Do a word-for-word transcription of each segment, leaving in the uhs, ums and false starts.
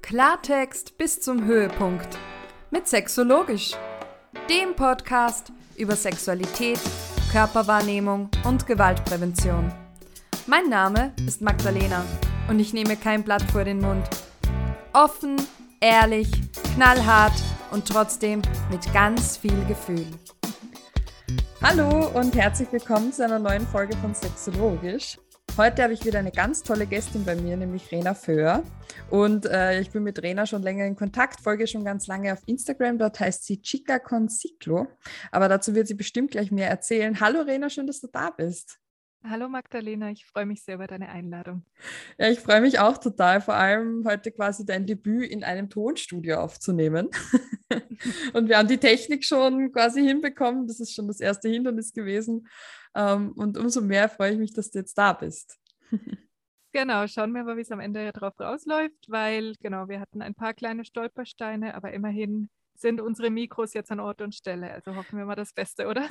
Klartext bis zum Höhepunkt mit Sexologisch, dem Podcast über Sexualität, Körperwahrnehmung und Gewaltprävention. Mein Name ist Magdalena und ich nehme kein Blatt vor den Mund. Offen, ehrlich, knallhart und trotzdem mit ganz viel Gefühl. Hallo und herzlich willkommen zu einer neuen Folge von Sexologisch. Heute habe ich wieder eine ganz tolle Gästin bei mir, nämlich Rena Föhr. Und äh, ich bin mit Rena schon länger in Kontakt, folge schon ganz lange auf Instagram. Dort heißt sie Chica con Ciclo. Aber dazu wird sie bestimmt gleich mehr erzählen. Hallo Rena, schön, dass du da bist. Hallo Magdalena, ich freue mich sehr über deine Einladung. Ja, ich freue mich auch total, vor allem heute quasi dein Debüt in einem Tonstudio aufzunehmen. Und wir haben die Technik schon quasi hinbekommen. Das ist schon das erste Hindernis gewesen. Und umso mehr freue ich mich, dass du jetzt da bist. Genau, schauen wir mal, wie es am Ende drauf rausläuft, weil genau, wir hatten ein paar kleine Stolpersteine, aber immerhin sind unsere Mikros jetzt an Ort und Stelle. Also hoffen wir mal das Beste, oder?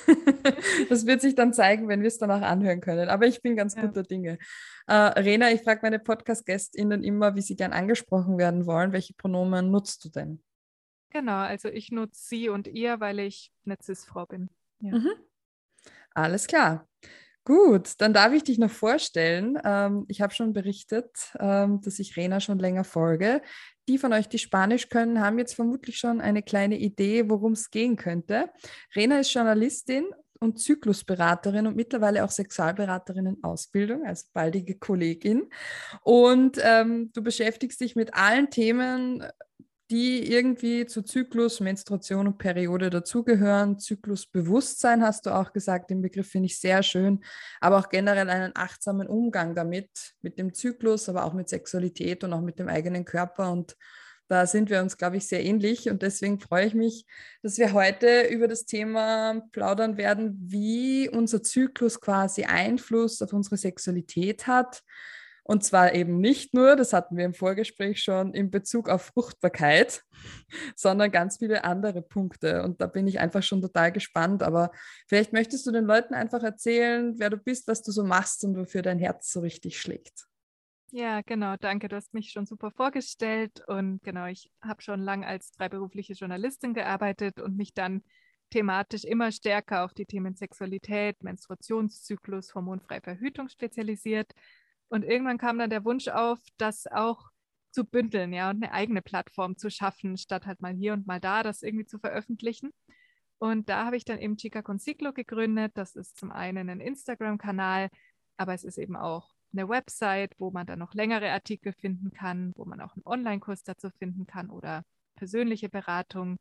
Das wird sich dann zeigen, wenn wir es danach anhören können. Aber ich bin ganz Ja. guter Dinge. Äh, Rena, ich frage meine Podcast-GästInnen immer, wie sie gern angesprochen werden wollen. Welche Pronomen nutzt du denn? Genau, also ich nutze sie und ihr, weil ich eine Cis-Frau bin. Ja. Mhm. Alles klar. Gut, dann darf ich dich noch vorstellen. Ähm, ich habe schon berichtet, ähm, dass ich Rena schon länger folge. Die von euch, die Spanisch können, haben jetzt vermutlich schon eine kleine Idee, worum es gehen könnte. Rena ist Journalistin und Zyklusberaterin und mittlerweile auch Sexualberaterin in Ausbildung, also baldige Kollegin. Und ähm, du beschäftigst dich mit allen Themen, die irgendwie zu Zyklus, Menstruation und Periode dazugehören. Zyklusbewusstsein hast du auch gesagt, den Begriff finde ich sehr schön, aber auch generell einen achtsamen Umgang damit, mit dem Zyklus, aber auch mit Sexualität und auch mit dem eigenen Körper. Und da sind wir uns, glaube ich, sehr ähnlich. Und deswegen freue ich mich, dass wir heute über das Thema plaudern werden, wie unser Zyklus quasi Einfluss auf unsere Sexualität hat. Und zwar eben nicht nur, das hatten wir im Vorgespräch schon, in Bezug auf Fruchtbarkeit, sondern ganz viele andere Punkte. Und da bin ich einfach schon total gespannt. Aber vielleicht möchtest du den Leuten einfach erzählen, wer du bist, was du so machst und wofür dein Herz so richtig schlägt. Ja, genau, danke. Du hast mich schon super vorgestellt. Und genau, ich habe schon lange als freiberufliche Journalistin gearbeitet und mich dann thematisch immer stärker auf die Themen Sexualität, Menstruationszyklus, hormonfreie Verhütung spezialisiert. Und irgendwann kam dann der Wunsch auf, das auch zu bündeln, ja, und eine eigene Plattform zu schaffen, statt halt mal hier und mal da das irgendwie zu veröffentlichen. Und da habe ich dann eben Chica con Ciclo gegründet. Das ist zum einen ein Instagram-Kanal, aber es ist eben auch eine Website, wo man dann noch längere Artikel finden kann, wo man auch einen Online-Kurs dazu finden kann oder persönliche Beratung.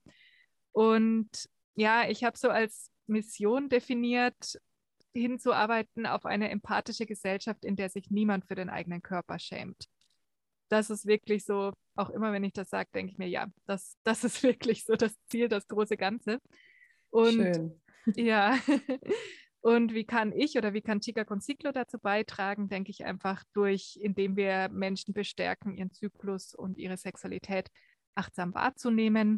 Und ja, ich habe so als Mission definiert, hinzuarbeiten auf eine empathische Gesellschaft, in der sich niemand für den eigenen Körper schämt. Das ist wirklich so, auch immer wenn ich das sage, denke ich mir, ja, das, das ist wirklich so das Ziel, das große Ganze. Und Schön. ja, und wie kann ich oder wie kann Chica con Ciclo dazu beitragen, denke ich einfach durch, indem wir Menschen bestärken, ihren Zyklus und ihre Sexualität achtsam wahrzunehmen.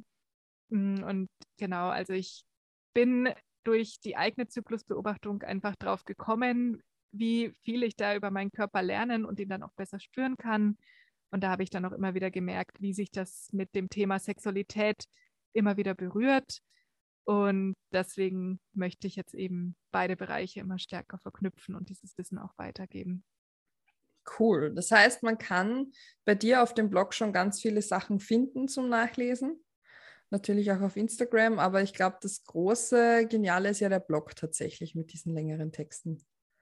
Und genau, also ich bin durch die eigene Zyklusbeobachtung einfach drauf gekommen, wie viel ich da über meinen Körper lernen und ihn dann auch besser spüren kann. Und da habe ich dann auch immer wieder gemerkt, wie sich das mit dem Thema Sexualität immer wieder berührt. Und deswegen möchte ich jetzt eben beide Bereiche immer stärker verknüpfen und dieses Wissen auch weitergeben. Cool. Das heißt, man kann bei dir auf dem Blog schon ganz viele Sachen finden zum Nachlesen. Natürlich auch auf Instagram, aber ich glaube, das große Geniale ist ja der Blog tatsächlich mit diesen längeren Texten.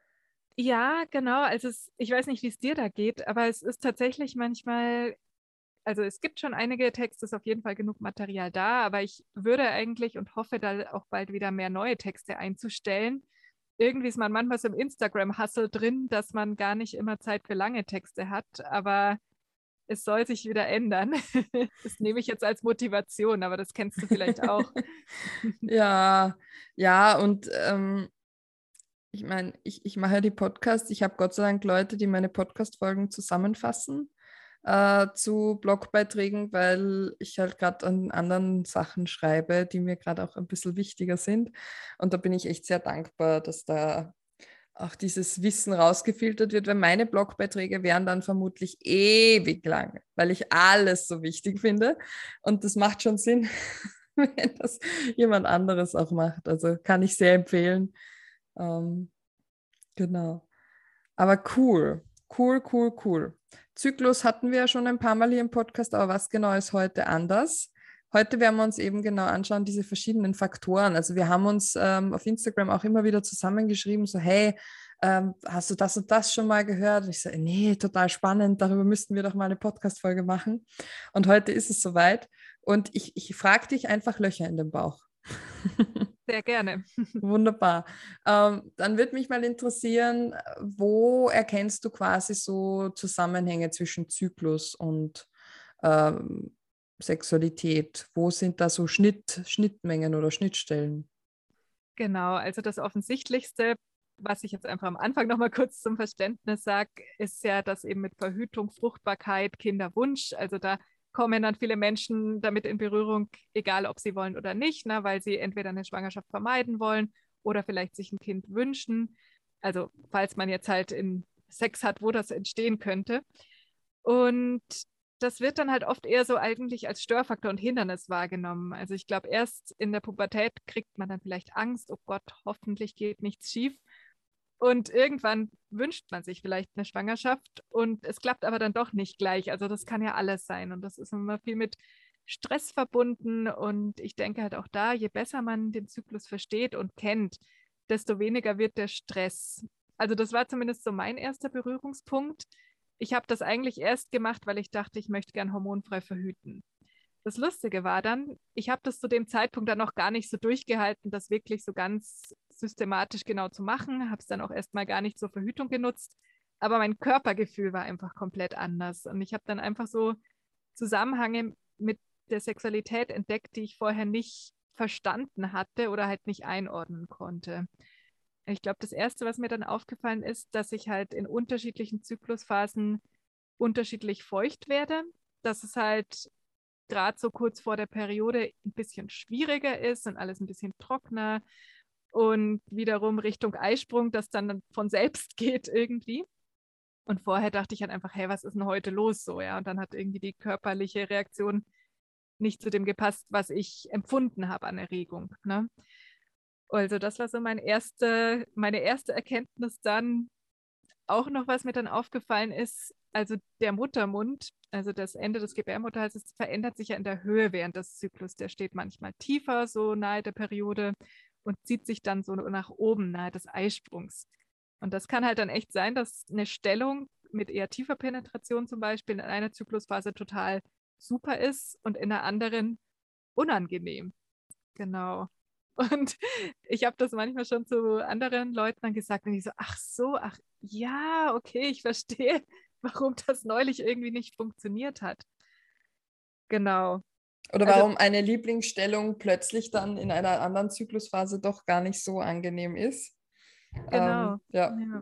Ja, genau. Also es, ich weiß nicht, wie es dir da geht, aber es ist tatsächlich manchmal, also es gibt schon einige Texte, ist auf jeden Fall genug Material da, aber ich würde eigentlich und hoffe da auch bald wieder mehr neue Texte einzustellen. Irgendwie ist man manchmal so im Instagram-Hustle drin, dass man gar nicht immer Zeit für lange Texte hat, aber es soll sich wieder ändern. Das nehme ich jetzt als Motivation, aber das kennst du vielleicht auch. Ja, ja, und ähm, ich meine, ich, ich mache ja die Podcasts. Ich habe Gott sei Dank Leute, die meine Podcast-Folgen zusammenfassen äh, zu Blogbeiträgen, weil ich halt gerade an anderen Sachen schreibe, die mir gerade auch ein bisschen wichtiger sind. Und da bin ich echt sehr dankbar, dass da auch dieses Wissen rausgefiltert wird, weil meine Blogbeiträge wären dann vermutlich ewig lang, weil ich alles so wichtig finde. Und das macht schon Sinn, wenn das jemand anderes auch macht. Also kann ich sehr empfehlen. Ähm, genau. Aber cool, cool, cool, cool. Zyklus hatten wir ja schon ein paar Mal hier im Podcast, aber was genau ist heute anders? Heute werden wir uns eben genau anschauen, diese verschiedenen Faktoren. Also wir haben uns ähm, auf Instagram auch immer wieder zusammengeschrieben, so hey, ähm, hast du das und das schon mal gehört? Und ich so, nee, total spannend, darüber müssten wir doch mal eine Podcast-Folge machen. Und heute ist es soweit. Und ich, ich frage dich einfach Löcher in den Bauch. Sehr gerne. Wunderbar. Ähm, dann würde mich mal interessieren, wo erkennst du quasi so Zusammenhänge zwischen Zyklus und ähm, Sexualität? Wo sind da so Schnitt, Schnittmengen oder Schnittstellen? Genau, also das Offensichtlichste, was ich jetzt einfach am Anfang nochmal kurz zum Verständnis sage, ist ja, dass eben mit Verhütung, Fruchtbarkeit, Kinderwunsch, also da kommen dann viele Menschen damit in Berührung, egal ob sie wollen oder nicht, ne, weil sie entweder eine Schwangerschaft vermeiden wollen oder vielleicht sich ein Kind wünschen. Also falls man jetzt halt in Sex hat, wo das entstehen könnte. Und das wird dann halt oft eher so eigentlich als Störfaktor und Hindernis wahrgenommen. Also ich glaube, erst in der Pubertät kriegt man dann vielleicht Angst, oh Gott, hoffentlich geht nichts schief. Und irgendwann wünscht man sich vielleicht eine Schwangerschaft und es klappt aber dann doch nicht gleich. Also das kann ja alles sein und das ist immer viel mit Stress verbunden. Und ich denke halt auch da, je besser man den Zyklus versteht und kennt, desto weniger wird der Stress. Also das war zumindest so mein erster Berührungspunkt. Ich habe das eigentlich erst gemacht, weil ich dachte, ich möchte gern hormonfrei verhüten. Das Lustige war dann, ich habe das zu dem Zeitpunkt dann noch gar nicht so durchgehalten, das wirklich so ganz systematisch genau zu machen, habe es dann auch erstmal gar nicht zur Verhütung genutzt, aber mein Körpergefühl war einfach komplett anders und ich habe dann einfach so Zusammenhänge mit der Sexualität entdeckt, die ich vorher nicht verstanden hatte oder halt nicht einordnen konnte. Ich glaube, das Erste, was mir dann aufgefallen ist, dass ich halt in unterschiedlichen Zyklusphasen unterschiedlich feucht werde, dass es halt gerade so kurz vor der Periode ein bisschen schwieriger ist und alles ein bisschen trockener und wiederum Richtung Eisprung, das dann von selbst geht irgendwie. Und vorher dachte ich halt einfach, hey, was ist denn heute los so, ja? Und dann hat irgendwie die körperliche Reaktion nicht zu dem gepasst, was ich empfunden habe an Erregung, ne? Also das war so mein erste, meine erste Erkenntnis dann. Auch noch, was mir dann aufgefallen ist, also der Muttermund, also das Ende des Gebärmutterhalses, verändert sich ja in der Höhe während des Zyklus. Der steht manchmal tiefer, so nahe der Periode und zieht sich dann so nach oben, nahe des Eisprungs. Und das kann halt dann echt sein, dass eine Stellung mit eher tiefer Penetration zum Beispiel in einer Zyklusphase total super ist und in der anderen unangenehm. Genau. Und ich habe das manchmal schon zu anderen Leuten dann gesagt und die so, ach so, ach ja, okay, ich verstehe, warum das neulich irgendwie nicht funktioniert hat. Genau. Oder Also warum eine Lieblingsstellung plötzlich dann in einer anderen Zyklusphase doch gar nicht so angenehm ist? Ähm, genau. ja. Ja.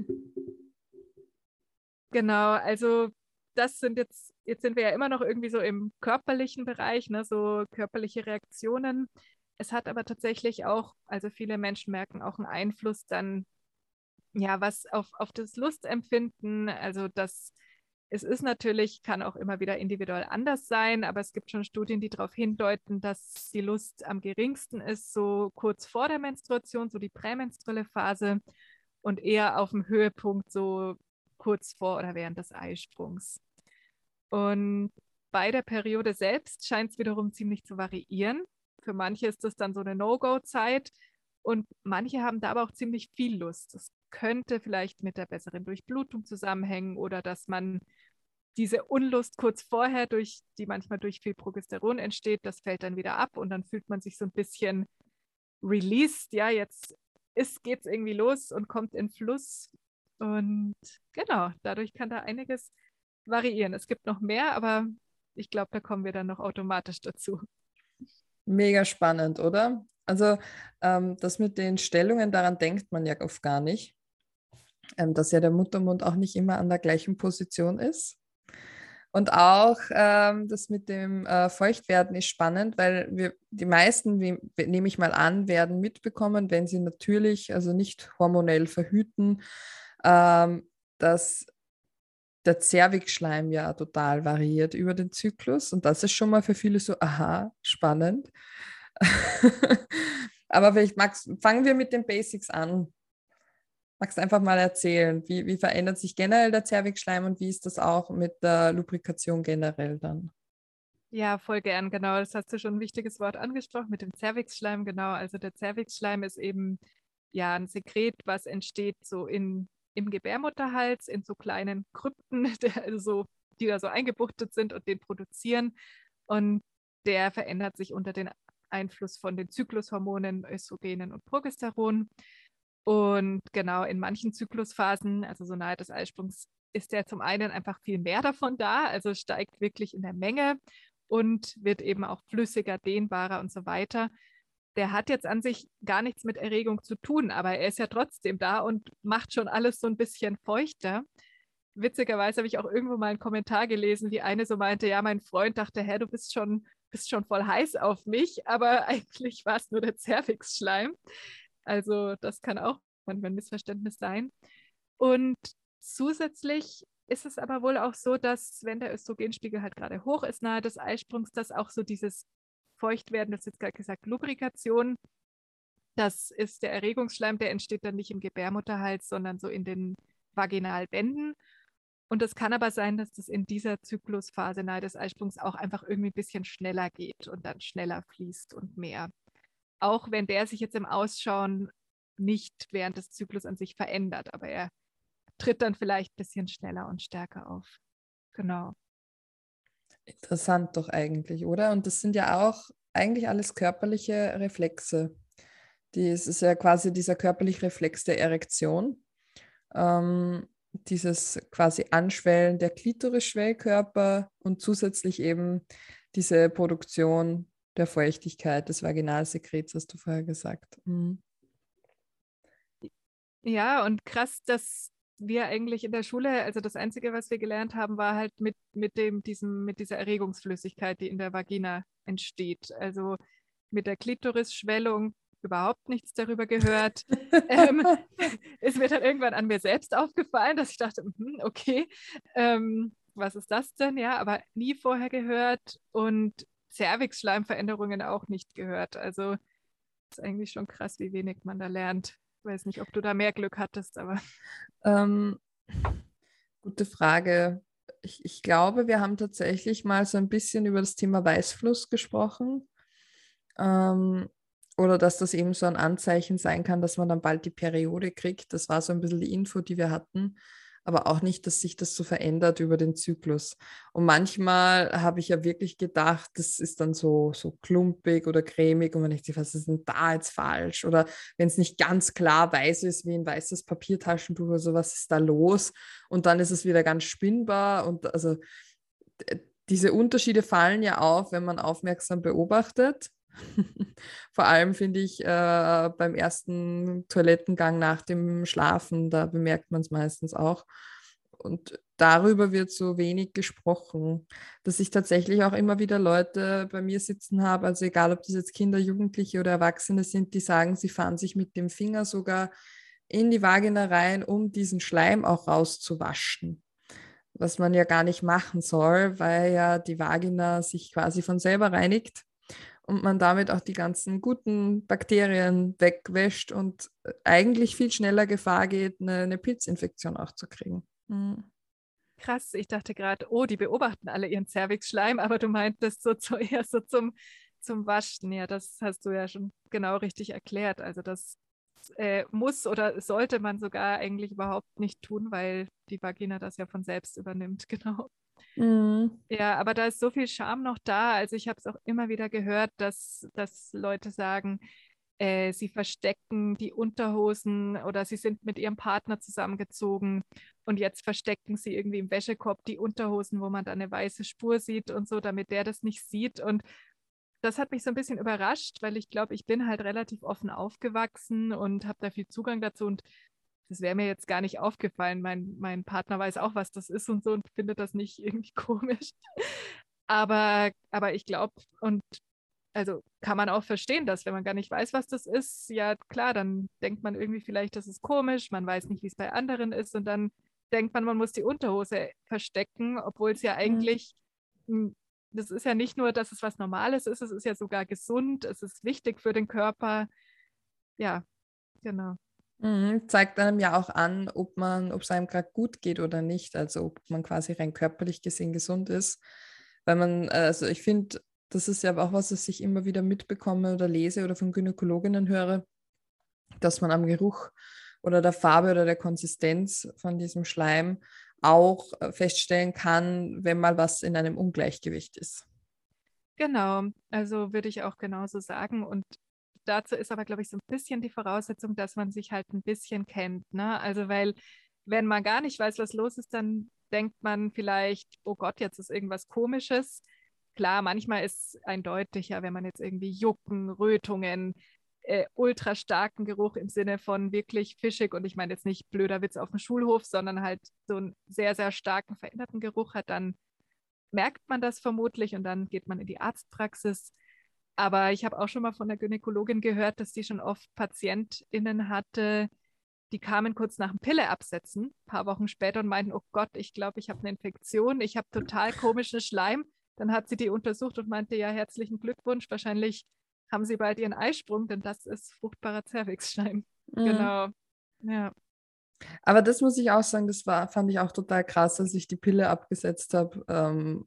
Genau, also das sind jetzt, jetzt sind wir ja immer noch irgendwie so im körperlichen Bereich, ne, so körperliche Reaktionen. Es hat aber tatsächlich auch, also viele Menschen merken auch einen Einfluss dann, ja, was auf, auf das Lustempfinden, also das, es ist natürlich, kann auch immer wieder individuell anders sein, aber es gibt schon Studien, die darauf hindeuten, dass die Lust am geringsten ist, so kurz vor der Menstruation, so die prämenstruelle Phase und eher auf dem Höhepunkt, so kurz vor oder während des Eisprungs. Und bei der Periode selbst scheint es wiederum ziemlich zu variieren. Für manche ist das dann so eine No-Go-Zeit und manche haben da aber auch ziemlich viel Lust. Das könnte vielleicht mit der besseren Durchblutung zusammenhängen oder dass man diese Unlust kurz vorher, durch, die manchmal durch viel Progesteron entsteht, das fällt dann wieder ab und dann fühlt man sich so ein bisschen released. Ja, jetzt geht es irgendwie los und kommt in Fluss. Und genau, dadurch kann da einiges variieren. Es gibt noch mehr, aber ich glaube, da kommen wir dann noch automatisch dazu. Mega spannend, oder? Also ähm, das mit den Stellungen, daran denkt man ja oft gar nicht, ähm, dass ja der Muttermund auch nicht immer an der gleichen Position ist. Und auch ähm, das mit dem äh, Feuchtwerden ist spannend, weil wir die meisten, wie, nehme ich mal an, werden mitbekommen, wenn sie natürlich, also nicht hormonell verhüten, ähm, dass der Zervixschleim ja total variiert über den Zyklus. Und das ist schon mal für viele so, aha, spannend. Aber vielleicht magst, fangen wir mit den Basics an. Magst du einfach mal erzählen, wie, wie verändert sich generell der Zervixschleim und wie ist das auch mit der Lubrikation generell dann? Ja, voll gern, genau. Das hast du schon ein wichtiges Wort angesprochen mit dem Zervixschleim, genau. Also der Zervixschleim ist eben ja ein Sekret, was entsteht so in, im Gebärmutterhals, in so kleinen Krypten, der, also so, die da so eingebuchtet sind und den produzieren. Und der verändert sich unter den Einfluss von den Zyklushormonen Östrogenen und Progesteron. Und genau in manchen Zyklusphasen, also so nahe des Eisprungs, ist der zum einen einfach viel mehr davon da, also steigt wirklich in der Menge und wird eben auch flüssiger, dehnbarer und so weiter. Der hat jetzt an sich gar nichts mit Erregung zu tun, aber er ist ja trotzdem da und macht schon alles so ein bisschen feuchter. Witzigerweise habe ich auch irgendwo mal einen Kommentar gelesen, wie eine so meinte, ja, mein Freund dachte, hä, du bist schon, bist schon voll heiß auf mich, aber eigentlich war es nur der Zervixschleim. Also das kann auch manchmal ein Missverständnis sein. Und zusätzlich ist es aber wohl auch so, dass wenn der Östrogenspiegel halt gerade hoch ist nahe des Eisprungs, dass auch so dieses Feuchtwerden, das ist jetzt gerade gesagt, Lubrikation, das ist der Erregungsschleim, der entsteht dann nicht im Gebärmutterhals, sondern so in den Vaginalbänden. Und es kann aber sein, dass das in dieser Zyklusphase nahe des Eisprungs auch einfach irgendwie ein bisschen schneller geht und dann schneller fließt und mehr. Auch wenn der sich jetzt im Ausschauen nicht während des Zyklus an sich verändert, aber er tritt dann vielleicht ein bisschen schneller und stärker auf. Genau. Interessant doch eigentlich, oder? Und das sind ja auch eigentlich alles körperliche Reflexe. Die, es ist ja quasi dieser körperliche Reflex der Erektion. Ähm, dieses quasi Anschwellen der Klitoris-Schwellkörper und zusätzlich eben diese Produktion der Feuchtigkeit des Vaginalsekrets, hast du vorher gesagt. Mhm. Ja, und krass, dass wir eigentlich in der Schule, also das Einzige, was wir gelernt haben, war halt mit, mit dem, diesem, mit dieser Erregungsflüssigkeit, die in der Vagina entsteht. Also mit der Klitorisschwellung überhaupt nichts darüber gehört. ähm, ist mir dann irgendwann an mir selbst aufgefallen, dass ich dachte, mhm, okay, ähm, was ist das denn? Ja, aber nie vorher gehört und Zervixschleimveränderungen auch nicht gehört. Also ist eigentlich schon krass, wie wenig man da lernt. Ich weiß nicht, ob du da mehr Glück hattest, aber Ähm, gute Frage. Ich, ich glaube, wir haben tatsächlich mal so ein bisschen über das Thema Weißfluss gesprochen. Ähm, oder dass das eben so ein Anzeichen sein kann, dass man dann bald die Periode kriegt. Das war so ein bisschen die Info, die wir hatten. Aber auch nicht, dass sich das so verändert über den Zyklus. Und manchmal habe ich ja wirklich gedacht, das ist dann so, so klumpig oder cremig und man denkt sich, was ist denn da jetzt falsch? Oder wenn es nicht ganz klar weiß ist, wie ein weißes Papiertaschentuch oder so, was ist da los? Und dann ist es wieder ganz spinnbar. Und also diese Unterschiede fallen ja auf, wenn man aufmerksam beobachtet. Vor allem finde ich äh, beim ersten Toilettengang nach dem Schlafen, da bemerkt man es meistens auch. Und darüber wird so wenig gesprochen, dass ich tatsächlich auch immer wieder Leute bei mir sitzen habe, also egal ob das jetzt Kinder, Jugendliche oder Erwachsene sind, die sagen, sie fahren sich mit dem Finger sogar in die Vagina rein, um diesen Schleim auch rauszuwaschen, was man ja gar nicht machen soll, weil ja die Vagina sich quasi von selber reinigt und man damit auch die ganzen guten Bakterien wegwäscht und eigentlich viel schneller Gefahr geht, eine, eine Pilzinfektion auch zu kriegen. Mhm. krass. Ich dachte gerade, oh, die beobachten alle ihren Zervixschleim, aber du meintest so zu, eher so zum, zum Waschen. Ja, das hast du ja schon genau richtig erklärt. Also das äh, muss oder sollte man sogar eigentlich überhaupt nicht tun, weil die Vagina das ja von selbst übernimmt. Genau. Mhm. Ja, aber da ist so viel Scham noch da. Also ich habe es auch immer wieder gehört, dass, dass Leute sagen, äh, sie verstecken die Unterhosen oder sie sind mit ihrem Partner zusammengezogen und jetzt verstecken sie irgendwie im Wäschekorb die Unterhosen, wo man da eine weiße Spur sieht und so, damit der das nicht sieht. Und das hat mich so ein bisschen überrascht, weil ich glaube, ich bin halt relativ offen aufgewachsen und habe da viel Zugang dazu und das wäre mir jetzt gar nicht aufgefallen. Mein, mein Partner weiß auch, was das ist und so und findet das nicht irgendwie komisch. Aber, aber ich glaube, und also kann man auch verstehen, dass wenn man gar nicht weiß, was das ist, ja klar, dann denkt man irgendwie vielleicht, das ist komisch, man weiß nicht, wie es bei anderen ist und dann denkt man, man muss die Unterhose verstecken, obwohl es ja Mhm. eigentlich, m, das ist ja nicht nur, dass es was Normales ist, es ist ja sogar gesund, es ist wichtig für den Körper. Ja, genau. Mhm. Zeigt einem ja auch an, ob man, ob es einem gerade gut geht oder nicht, also ob man quasi rein körperlich gesehen gesund ist. Weil man, äh, also ich finde, das ist ja aber auch was, was ich immer wieder mitbekomme oder lese oder von Gynäkologinnen höre, dass man am Geruch oder der Farbe oder der Konsistenz von diesem Schleim auch äh, feststellen kann, wenn mal was in einem Ungleichgewicht ist. Genau, also würde ich auch genauso sagen. Und dazu ist aber, glaube ich, so ein bisschen die Voraussetzung, dass man sich halt ein bisschen kennt, ne? Also weil, wenn man gar nicht weiß, was los ist, dann denkt man vielleicht, oh Gott, jetzt ist irgendwas Komisches. Klar, manchmal ist es eindeutiger, wenn man jetzt irgendwie Jucken, Rötungen, äh, ultra starken Geruch im Sinne von wirklich fischig und ich meine jetzt nicht blöder Witz auf dem Schulhof, sondern halt so einen sehr, sehr starken veränderten Geruch hat, dann merkt man das vermutlich und dann geht man in die Arztpraxis. Aber ich habe auch schon mal von der Gynäkologin gehört, dass die schon oft PatientInnen hatte, die kamen kurz nach dem Pille absetzen, ein paar Wochen später und meinten, oh Gott, ich glaube, ich habe eine Infektion, ich habe total komischen Schleim. Dann hat sie die untersucht und meinte, ja, herzlichen Glückwunsch, wahrscheinlich haben sie bald ihren Eisprung, denn das ist fruchtbarer Zervixschleim. Mhm. Genau. Ja. Aber das muss ich auch sagen, das war, fand ich auch total krass, als ich die Pille abgesetzt habe. Ähm,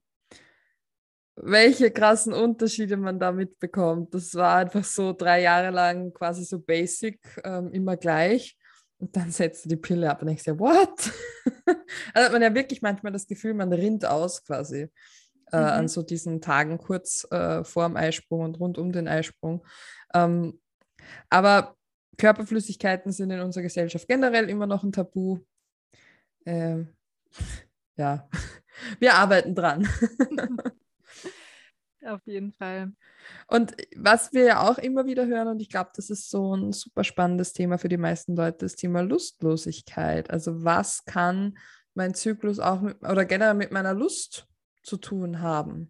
welche krassen Unterschiede man da mitbekommt. Das war einfach so drei Jahre lang quasi so basic, ähm, immer gleich. Und dann setzt du die Pille ab und denkst dir, what? Also hat man ja wirklich manchmal das Gefühl, man rinnt aus quasi äh, an Mhm. so diesen Tagen kurz äh, vor dem Eisprung und rund um den Eisprung. Ähm, aber Körperflüssigkeiten sind in unserer Gesellschaft generell immer noch ein Tabu. Ähm, ja, wir arbeiten dran. Auf jeden Fall. Und was wir ja auch immer wieder hören, und ich glaube, das ist so ein super spannendes Thema für die meisten Leute, das Thema Lustlosigkeit. Also was kann mein Zyklus auch mit, oder generell mit meiner Lust zu tun haben?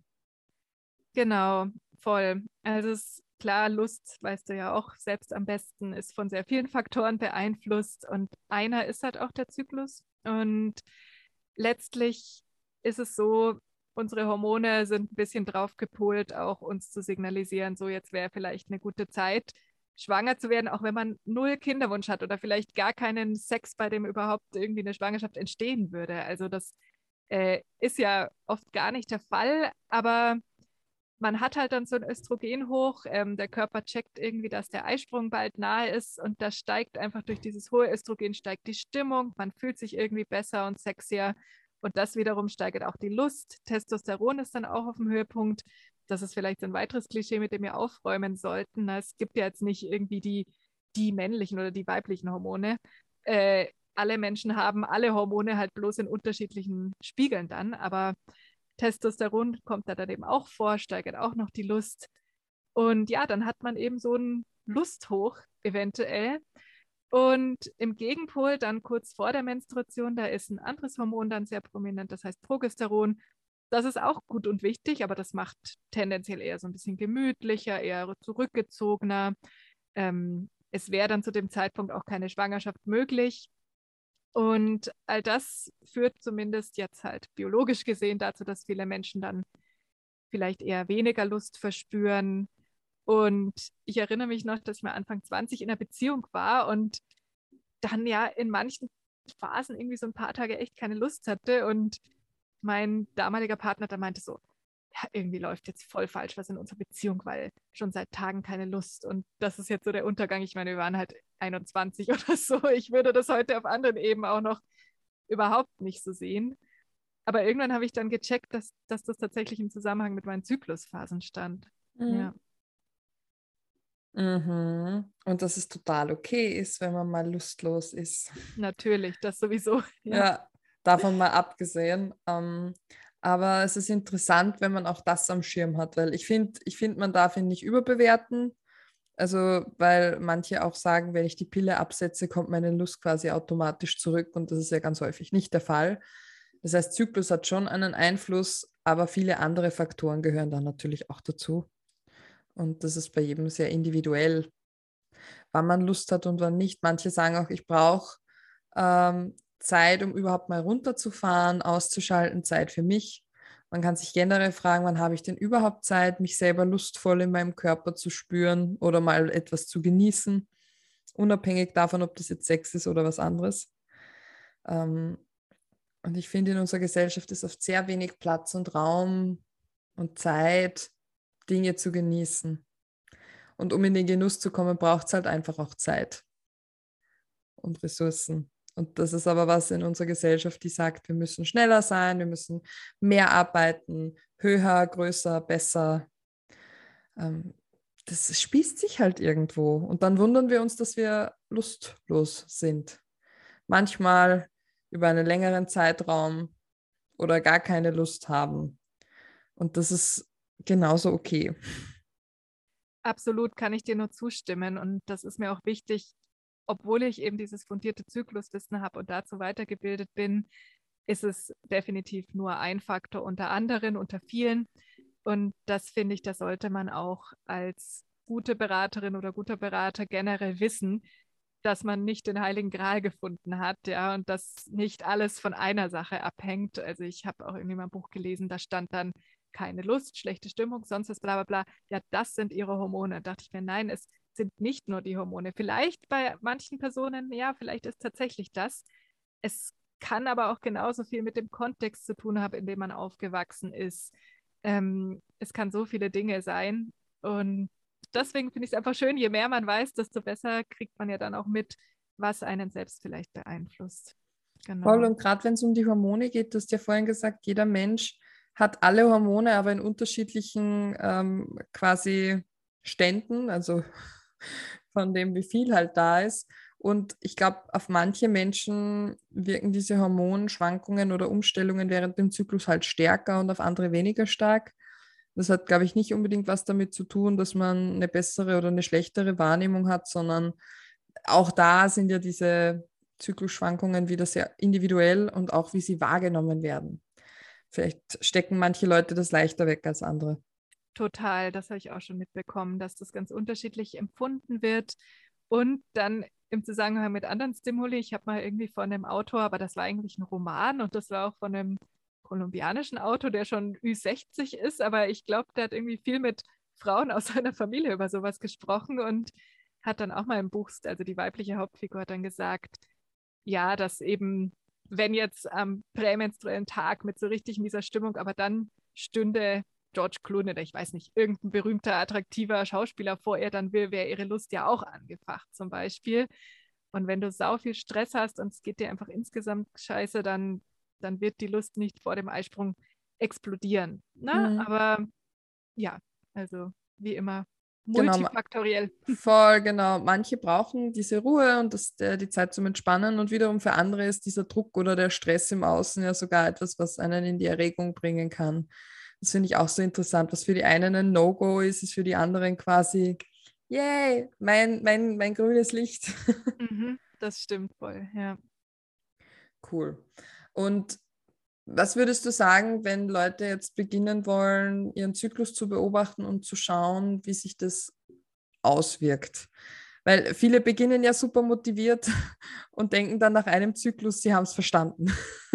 Genau, voll. Also es ist klar, Lust, weißt du ja auch selbst am besten, ist von sehr vielen Faktoren beeinflusst und einer ist halt auch der Zyklus. Und letztlich ist es so, unsere Hormone sind ein bisschen drauf gepolt, auch uns zu signalisieren, so jetzt wäre vielleicht eine gute Zeit, schwanger zu werden, auch wenn man null Kinderwunsch hat oder vielleicht gar keinen Sex, bei dem überhaupt irgendwie eine Schwangerschaft entstehen würde. Also das äh, ist ja oft gar nicht der Fall, aber man hat halt dann so ein Östrogen hoch. Ähm, der Körper checkt irgendwie, dass der Eisprung bald nahe ist und da steigt einfach durch dieses hohe Östrogen steigt die Stimmung. Man fühlt sich irgendwie besser und sexier und das wiederum steigert auch die Lust. Testosteron ist dann auch auf dem Höhepunkt. Das ist vielleicht so ein weiteres Klischee, mit dem wir aufräumen sollten. Es gibt ja jetzt nicht irgendwie die, die männlichen oder die weiblichen Hormone. Äh, alle Menschen haben alle Hormone halt bloß in unterschiedlichen Spiegeln dann, aber Testosteron kommt da dann eben auch vor, steigert auch noch die Lust. Und ja, dann hat man eben so einen Lusthoch eventuell. Und im Gegenpol, dann kurz vor der Menstruation, da ist ein anderes Hormon dann sehr prominent, das heißt Progesteron. Das ist auch gut und wichtig, aber das macht tendenziell eher so ein bisschen gemütlicher, eher zurückgezogener. Ähm, es wäre dann zu dem Zeitpunkt auch keine Schwangerschaft möglich. Und all das führt zumindest jetzt halt biologisch gesehen dazu, dass viele Menschen dann vielleicht eher weniger Lust verspüren. Und ich erinnere mich noch, dass ich mal Anfang zwanzig in einer Beziehung war und dann ja in manchen Phasen irgendwie so ein paar Tage echt keine Lust hatte. Und mein damaliger Partner da meinte so, ja, irgendwie läuft jetzt voll falsch was in unserer Beziehung, weil schon seit Tagen keine Lust. Und das ist jetzt so der Untergang. Ich meine, wir waren halt einundzwanzig oder so. Ich würde das heute auf anderen Ebenen auch noch überhaupt nicht so sehen. Aber irgendwann habe ich dann gecheckt, dass, dass das tatsächlich im Zusammenhang mit meinen Zyklusphasen stand. Mhm. Ja, Mhm. Und dass es total okay ist, wenn man mal lustlos ist. natürlich, das sowieso. Ja, Ja, davon mal abgesehen. Ähm, aber es ist interessant, wenn man auch das am Schirm hat, weil ich finde, ich find, man darf ihn nicht überbewerten. Also, weil manche auch sagen, wenn ich die Pille absetze, kommt meine Lust quasi automatisch zurück und das ist ja ganz häufig nicht der Fall. Das heißt, Zyklus hat schon einen Einfluss, aber viele andere Faktoren gehören dann natürlich auch dazu. Und das ist bei jedem sehr individuell, wann man Lust hat und wann nicht. Manche sagen auch, ich brauche ähm, Zeit, um überhaupt mal runterzufahren, auszuschalten, Zeit für mich. Man kann sich generell fragen, wann habe ich denn überhaupt Zeit, mich selber lustvoll in meinem Körper zu spüren oder mal etwas zu genießen, unabhängig davon, ob das jetzt Sex ist oder was anderes. Ähm, und ich finde, in unserer Gesellschaft ist oft sehr wenig Platz und Raum und Zeit, Dinge zu genießen. Und um in den Genuss zu kommen, braucht es halt einfach auch Zeit und Ressourcen. Und das ist aber was in unserer Gesellschaft, die sagt, wir müssen schneller sein, wir müssen mehr arbeiten, höher, größer, besser. Ähm, das spießt sich halt irgendwo. Und dann wundern wir uns, dass wir lustlos sind. Manchmal über einen längeren Zeitraum oder gar keine Lust haben. Und das ist genauso okay. Absolut kann ich dir nur zustimmen. Und das ist mir auch wichtig, obwohl ich eben dieses fundierte Zykluswissen habe und dazu weitergebildet bin, ist es definitiv nur ein Faktor unter anderen, unter vielen. Und das finde ich, das sollte man auch als gute Beraterin oder guter Berater generell wissen, dass man nicht den Heiligen Gral gefunden hat, ja, und dass nicht alles von einer Sache abhängt. Also ich habe auch irgendwie mal ein Buch gelesen, da stand dann keine Lust, schlechte Stimmung, sonst was, bla bla bla. Ja, das sind ihre Hormone. Da dachte ich mir, nein, es sind nicht nur die Hormone. Vielleicht bei manchen Personen, ja, vielleicht ist tatsächlich das. Es kann aber auch genauso viel mit dem Kontext zu tun haben, in dem man aufgewachsen ist. Ähm, es kann so viele Dinge sein. Und deswegen finde ich es einfach schön, je mehr man weiß, desto besser kriegt man ja dann auch mit, was einen selbst vielleicht beeinflusst. Voll, Genau. und gerade wenn es um die Hormone geht, du hast ja vorhin gesagt, jeder Mensch hat alle Hormone, aber in unterschiedlichen ähm, quasi Ständen, also von dem, wie viel halt da ist. Und ich glaube, auf manche Menschen wirken diese Hormonschwankungen oder Umstellungen während dem Zyklus halt stärker und auf andere weniger stark. Das hat, glaube ich, nicht unbedingt was damit zu tun, dass man eine bessere oder eine schlechtere Wahrnehmung hat, sondern auch da sind ja diese Zyklusschwankungen wieder sehr individuell und auch wie sie wahrgenommen werden. Vielleicht stecken manche Leute das leichter weg als andere. Total, das habe ich auch schon mitbekommen, dass das ganz unterschiedlich empfunden wird. Und dann im Zusammenhang mit anderen Stimuli, ich habe mal irgendwie von einem Autor, aber das war eigentlich ein Roman und das war auch von einem kolumbianischen Autor, der schon Ü sechzig ist, aber ich glaube, der hat irgendwie viel mit Frauen aus seiner Familie über sowas gesprochen und hat dann auch mal im Buch, also die weibliche Hauptfigur hat dann gesagt, ja, dass eben, wenn jetzt am prämenstruellen Tag mit so richtig mieser Stimmung, aber dann stünde George Clooney oder ich weiß nicht, irgendein berühmter, attraktiver Schauspieler vor ihr, dann wäre ihre Lust ja auch angefacht zum Beispiel. Und wenn du sau viel Stress hast und es geht dir einfach insgesamt scheiße, dann, dann wird die Lust nicht vor dem Eisprung explodieren. Na, Mhm. aber ja, also wie immer Genau, multifaktoriell. voll genau. Manche brauchen diese Ruhe und das, der, die Zeit zum Entspannen und wiederum für andere ist dieser Druck oder der Stress im Außen ja sogar etwas, was einen in die Erregung bringen kann. Das finde ich auch so interessant. Was für die einen ein No-Go ist, ist für die anderen quasi, yay, mein, mein, mein grünes Licht. Mhm, das stimmt voll, ja. Cool. Und was würdest du sagen, wenn Leute jetzt beginnen wollen, ihren Zyklus zu beobachten und zu schauen, wie sich das auswirkt? Weil viele beginnen ja super motiviert und denken dann nach einem Zyklus, sie haben es verstanden.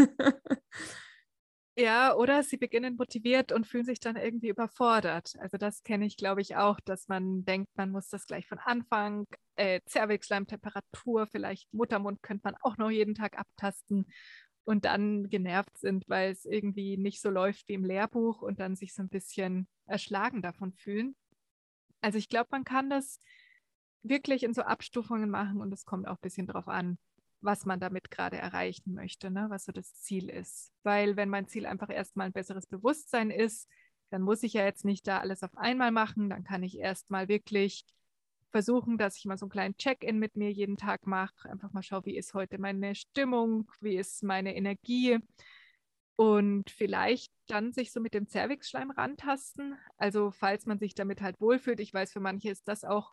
Ja, oder sie beginnen motiviert und fühlen sich dann irgendwie überfordert. Also das kenne ich, glaube ich, auch, dass man denkt, man muss das gleich von Anfang, äh, Zervixschleimtemperatur, vielleicht Muttermund könnte man auch noch jeden Tag abtasten und dann genervt sind, weil es irgendwie nicht so läuft wie im Lehrbuch und dann sich so ein bisschen erschlagen davon fühlen. Also ich glaube, man kann das wirklich in so Abstufungen machen und es kommt auch ein bisschen drauf an, was man damit gerade erreichen möchte, ne? Was so das Ziel ist. Weil wenn mein Ziel einfach erstmal ein besseres Bewusstsein ist, dann muss ich ja jetzt nicht da alles auf einmal machen. Dann kann ich erstmal wirklich versuchen, dass ich mal so einen kleinen Check-in mit mir jeden Tag mache. Einfach mal schaue, wie ist heute meine Stimmung, wie ist meine Energie. Und vielleicht dann sich so mit dem Zervixschleim rantasten. Also falls man sich damit halt wohlfühlt. Ich weiß, für manche ist das auch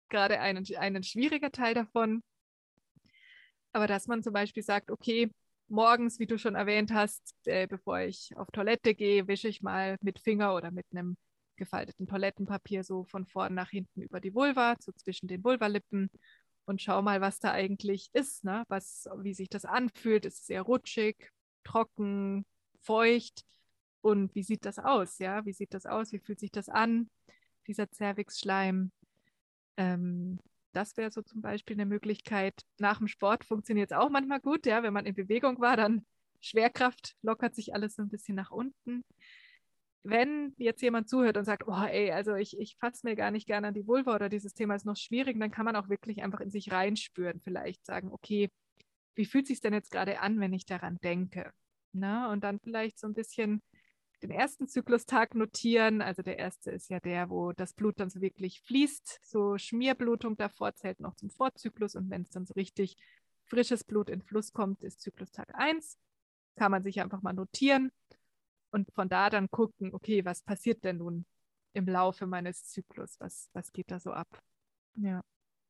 gerade einen, einen schwieriger Teil davon. Aber dass man zum Beispiel sagt, okay, morgens, wie du schon erwähnt hast, äh, bevor ich auf Toilette gehe, wische ich mal mit Finger oder mit einem gefalteten Toilettenpapier so von vorn nach hinten über die Vulva, so zwischen den Vulvalippen und schau mal, was da eigentlich ist, ne? Was, wie sich das anfühlt. Ist es eher rutschig, trocken, feucht? Und wie sieht das aus? Ja, wie sieht das aus? Wie fühlt sich das an, dieser Zervixschleim? Ähm, Das wäre so zum Beispiel eine Möglichkeit. Nach dem Sport funktioniert es auch manchmal gut, ja, wenn man in Bewegung war, dann Schwerkraft lockert sich alles so ein bisschen nach unten. Wenn jetzt jemand zuhört und sagt, oh ey, also ich, ich fasse mir gar nicht gerne an die Vulva oder dieses Thema ist noch schwierig, dann kann man auch wirklich einfach in sich reinspüren, vielleicht sagen, okay, wie fühlt sich denn jetzt gerade an, wenn ich daran denke? Na, und dann vielleicht so ein bisschen den ersten Zyklustag notieren. Also der erste ist ja der, wo das Blut dann so wirklich fließt. So Schmierblutung davor zählt noch zum Vorzyklus. Und wenn es dann so richtig frisches Blut in Fluss kommt, ist Zyklustag eins. Kann man sich einfach mal notieren und von da dann gucken, okay, was passiert denn nun im Laufe meines Zyklus? Was, was geht da so ab? Ja.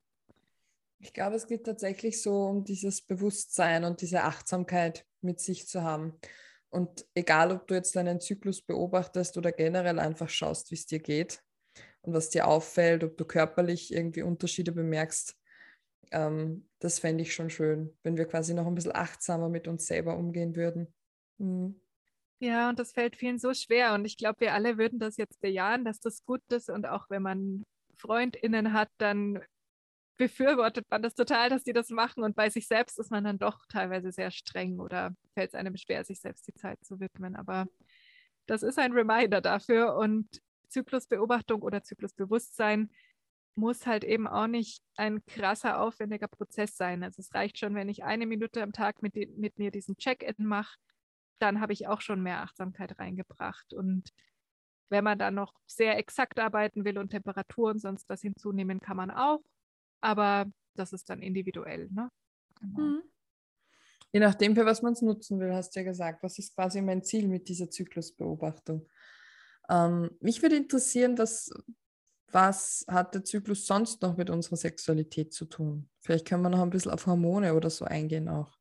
Ich glaube, es geht tatsächlich so um dieses Bewusstsein und diese Achtsamkeit mit sich zu haben. Und egal, ob du jetzt deinen Zyklus beobachtest oder generell einfach schaust, wie es dir geht und was dir auffällt, ob du körperlich irgendwie Unterschiede bemerkst, ähm, das fände ich schon schön, wenn wir quasi noch ein bisschen achtsamer mit uns selber umgehen würden. Mhm. Ja, und das fällt vielen so schwer. Und ich glaube, wir alle würden das jetzt bejahen, dass das gut ist. Und auch wenn man FreundInnen hat, dann befürwortet man das total, dass die das machen. Und bei sich selbst ist man dann doch teilweise sehr streng oder fällt es einem schwer, sich selbst die Zeit zu widmen. Aber das ist ein Reminder dafür. Und Zyklusbeobachtung oder Zyklusbewusstsein muss halt eben auch nicht ein krasser, aufwendiger Prozess sein. Also es reicht schon, wenn ich eine Minute am Tag mit, die, mit mir diesen Check-in mache, dann habe ich auch schon mehr Achtsamkeit reingebracht. Und wenn man dann noch sehr exakt arbeiten will und Temperatur und sonst was hinzunehmen, kann man auch. Aber das ist dann individuell, ne? Genau. Mhm. Je nachdem, für was man es nutzen will, hast du ja gesagt. Was ist quasi mein Ziel mit dieser Zyklusbeobachtung? Ähm, mich würde interessieren, was, was hat der Zyklus sonst noch mit unserer Sexualität zu tun? Vielleicht können wir noch ein bisschen auf Hormone oder so eingehen auch.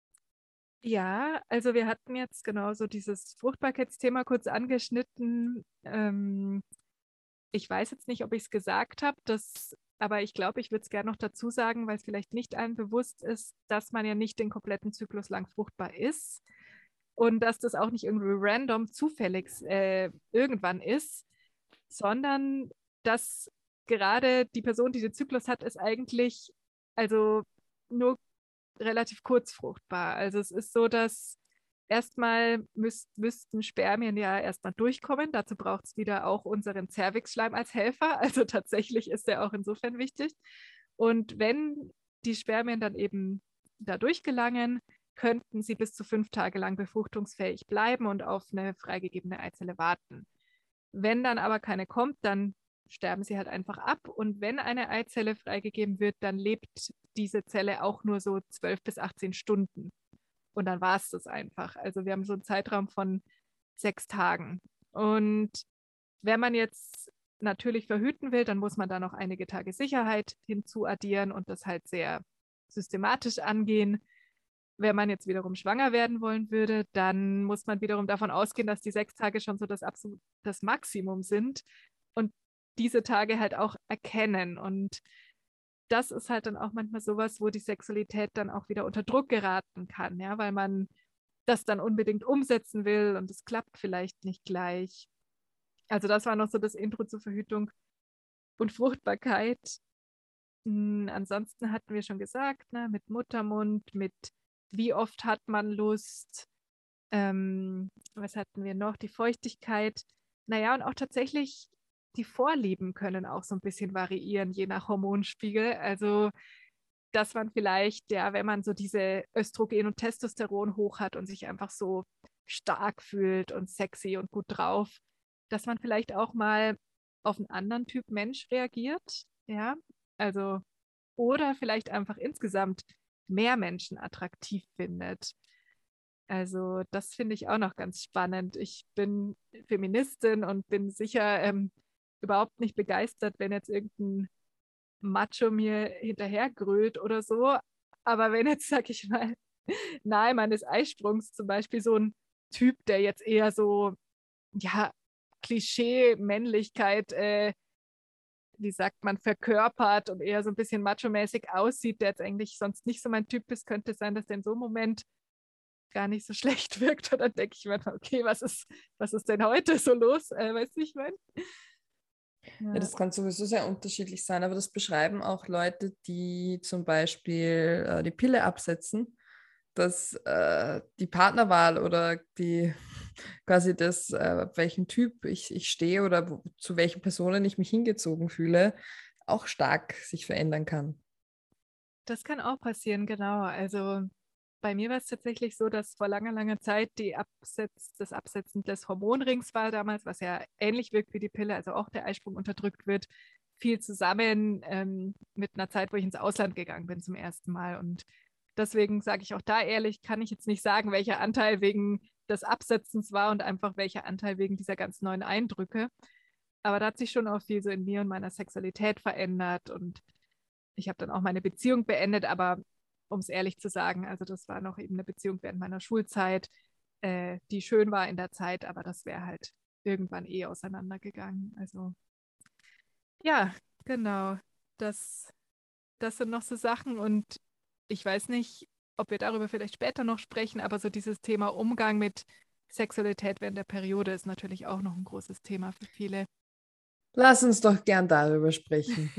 Ja, also wir hatten jetzt genauso dieses Fruchtbarkeitsthema kurz angeschnitten. Ähm, ich weiß jetzt nicht, ob ich es gesagt habe, das, aber ich glaube, ich würde es gerne noch dazu sagen, weil es vielleicht nicht allen bewusst ist, dass man ja nicht den kompletten Zyklus lang fruchtbar ist und dass das auch nicht irgendwie random zufällig äh, irgendwann ist, sondern dass gerade die Person, die den Zyklus hat, ist eigentlich also nur relativ kurz fruchtbar. Also es ist so, dass erstmal müß, müssten Spermien ja erstmal durchkommen. Dazu braucht es wieder auch unseren Zervixschleim als Helfer. Also tatsächlich ist der auch insofern wichtig. Und wenn die Spermien dann eben da durchgelangen, könnten sie bis zu fünf Tage lang befruchtungsfähig bleiben und auf eine freigegebene Eizelle warten. Wenn dann aber keine kommt, dann sterben sie halt einfach ab. Und wenn eine Eizelle freigegeben wird, dann lebt diese Zelle auch nur so zwölf bis achtzehn Stunden. Und dann war es das einfach. Also wir haben so einen Zeitraum von sechs Tagen. Und wenn man jetzt natürlich verhüten will, dann muss man da noch einige Tage Sicherheit hinzuaddieren und das halt sehr systematisch angehen. Wenn man jetzt wiederum schwanger werden wollen würde, dann muss man wiederum davon ausgehen, dass die sechs Tage schon so das absolut das Maximum sind und diese Tage halt auch erkennen. Und das ist halt dann auch manchmal sowas, wo die Sexualität dann auch wieder unter Druck geraten kann, ja, weil man das dann unbedingt umsetzen will und es klappt vielleicht nicht gleich. Also das war noch so das Intro zur Verhütung und Fruchtbarkeit. Hm, ansonsten hatten wir schon gesagt, ne, mit Muttermund, mit wie oft hat man Lust, ähm, was hatten wir noch? Die Feuchtigkeit. Naja, und auch tatsächlich die Vorlieben können auch so ein bisschen variieren, je nach Hormonspiegel. Also, dass man vielleicht, ja, wenn man so diese Östrogen und Testosteron hoch hat und sich einfach so stark fühlt und sexy und gut drauf, dass man vielleicht auch mal auf einen anderen Typ Mensch reagiert. Ja, also, oder vielleicht einfach insgesamt mehr Menschen attraktiv findet. Also das finde ich auch noch ganz spannend. Ich bin Feministin und bin sicher ähm, überhaupt nicht begeistert, wenn jetzt irgendein Macho mir hinterhergrölt oder so. Aber wenn jetzt, sag ich mal, nahe meines Eisprungs zum Beispiel so ein Typ, der jetzt eher so, ja, Klischee-Männlichkeit, äh, wie sagt man, verkörpert und eher so ein bisschen macho-mäßig aussieht, der jetzt eigentlich sonst nicht so mein Typ ist, könnte sein, dass der in so einem Moment gar nicht so schlecht wirkt. Und dann denke ich mir, okay, was ist, was ist denn heute so los? Äh, weißt du, wie ich meine? Ja, Ja. das kann sowieso sehr unterschiedlich sein, aber das beschreiben auch Leute, die zum Beispiel äh, die Pille absetzen, dass äh, die Partnerwahl oder die quasi das, äh, auf welchen Typ ich, ich stehe oder wo, zu welchen Personen ich mich hingezogen fühle, auch stark sich verändern kann. Das kann auch passieren, genau. Also bei mir war es tatsächlich so, dass vor langer, langer Zeit die Absetz, das Absetzen des Hormonrings war damals, was ja ähnlich wirkt wie die Pille, also auch der Eisprung unterdrückt wird, viel zusammen ähm, mit einer Zeit, wo ich ins Ausland gegangen bin zum ersten Mal. Und deswegen sage ich auch da ehrlich, kann ich jetzt nicht sagen, welcher Anteil wegen des Absetzens war und einfach welcher Anteil wegen dieser ganz neuen Eindrücke. Aber da hat sich schon auch viel so in mir und meiner Sexualität verändert und ich habe dann auch meine Beziehung beendet, aber um es ehrlich zu sagen, also das war noch eben eine Beziehung während meiner Schulzeit, äh, die schön war in der Zeit, aber das wäre halt irgendwann eh auseinandergegangen. Also ja, genau, das, das sind noch so Sachen und ich weiß nicht, ob wir darüber vielleicht später noch sprechen, aber so dieses Thema Umgang mit Sexualität während der Periode ist natürlich auch noch ein großes Thema für viele. Lass uns doch gern darüber sprechen.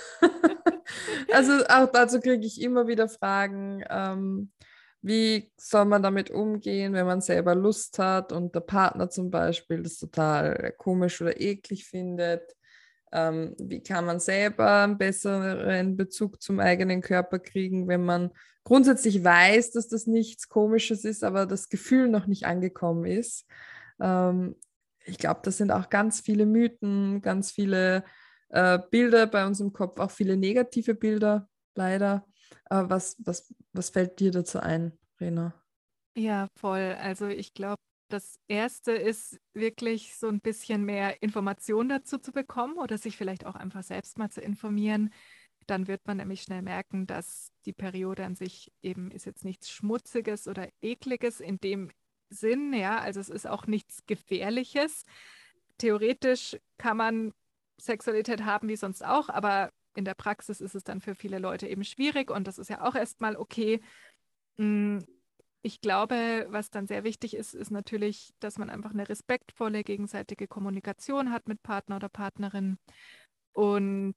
Also auch dazu kriege ich immer wieder Fragen, ähm, wie soll man damit umgehen, wenn man selber Lust hat und der Partner zum Beispiel das total komisch oder eklig findet. Ähm, wie kann man selber einen besseren Bezug zum eigenen Körper kriegen, wenn man grundsätzlich weiß, dass das nichts Komisches ist, aber das Gefühl noch nicht angekommen ist. Ähm, Ich glaube, das sind auch ganz viele Mythen, ganz viele äh, Bilder bei uns im Kopf, auch viele negative Bilder, leider. Äh, was, was, was fällt dir dazu ein, Rena? Ja, voll. Also ich glaube, das Erste ist wirklich so ein bisschen mehr Information dazu zu bekommen oder sich vielleicht auch einfach selbst mal zu informieren. Dann wird man nämlich schnell merken, dass die Periode an sich eben ist jetzt nichts Schmutziges oder Ekliges in dem Sinn, ja, also es ist auch nichts Gefährliches. Theoretisch kann man Sexualität haben wie sonst auch, aber in der Praxis ist es dann für viele Leute eben schwierig und das ist ja auch erstmal okay. Mm, Ich glaube, was dann sehr wichtig ist, ist natürlich, dass man einfach eine respektvolle gegenseitige Kommunikation hat mit Partner oder Partnerin und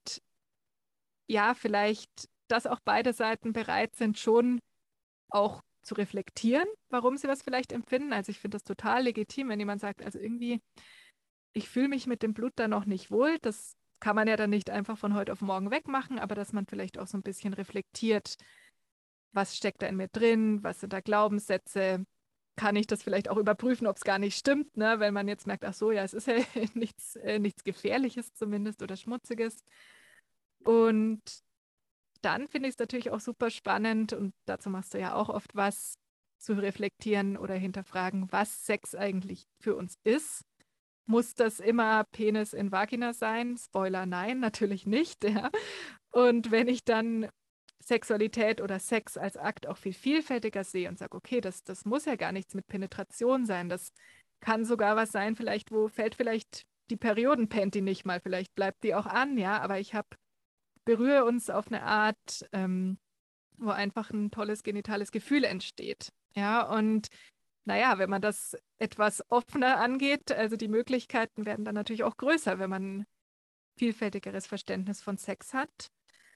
ja, vielleicht, dass auch beide Seiten bereit sind, schon auch zu reflektieren, warum sie was vielleicht empfinden. Also ich finde das total legitim, wenn jemand sagt, also irgendwie, ich fühle mich mit dem Blut da noch nicht wohl. Das kann man ja dann nicht einfach von heute auf morgen wegmachen, aber dass man vielleicht auch so ein bisschen reflektiert, was steckt da in mir drin, was sind da Glaubenssätze, kann ich das vielleicht auch überprüfen, ob es gar nicht stimmt, ne? Wenn man jetzt merkt, ach so, ja, es ist ja nichts, äh, nichts Gefährliches zumindest oder Schmutziges. Und dann finde ich es natürlich auch super spannend und dazu machst du ja auch oft was, zu reflektieren oder hinterfragen, was Sex eigentlich für uns ist. Muss das immer Penis in Vagina sein? Spoiler, nein, natürlich nicht. Ja. Und wenn ich dann Sexualität oder Sex als Akt auch viel vielfältiger sehe und sage, okay, das, das muss ja gar nichts mit Penetration sein, das kann sogar was sein, vielleicht, wo fällt vielleicht die Periodenpanty nicht mal, vielleicht bleibt die auch an, ja, aber ich habe, berühre uns auf eine Art, ähm, wo einfach ein tolles genitales Gefühl entsteht. Ja, und naja, wenn man das etwas offener angeht, also die Möglichkeiten werden dann natürlich auch größer, wenn man ein vielfältigeres Verständnis von Sex hat.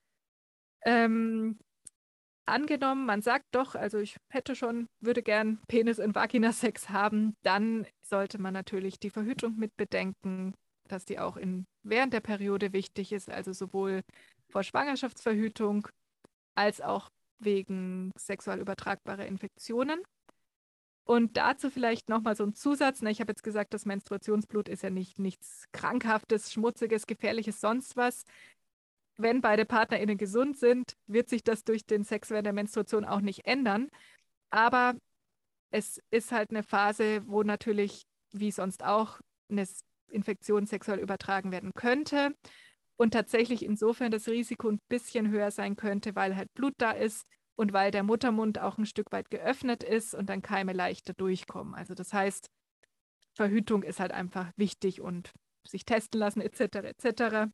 Ähm, Angenommen, man sagt doch, also ich hätte schon, würde gern Penis- und Vagina-Sex haben, dann sollte man natürlich die Verhütung mit bedenken, dass die auch in, während der Periode wichtig ist, also sowohl vor Schwangerschaftsverhütung als auch wegen sexuell übertragbarer Infektionen. Und dazu vielleicht nochmal so ein Zusatz. Ne, ich habe jetzt gesagt, das Menstruationsblut ist ja nicht nichts Krankhaftes, Schmutziges, Gefährliches, sonst was. Wenn beide PartnerInnen gesund sind, wird sich das durch den Sex während der Menstruation auch nicht ändern. Aber es ist halt eine Phase, wo natürlich, wie sonst auch, eine Infektion sexuell übertragen werden könnte. und tatsächlich insofern das Risiko ein bisschen höher sein könnte, weil halt Blut da ist und weil der Muttermund auch ein Stück weit geöffnet ist und dann Keime leichter durchkommen. Also das heißt, Verhütung ist halt einfach wichtig und sich testen lassen et cetera et cetera.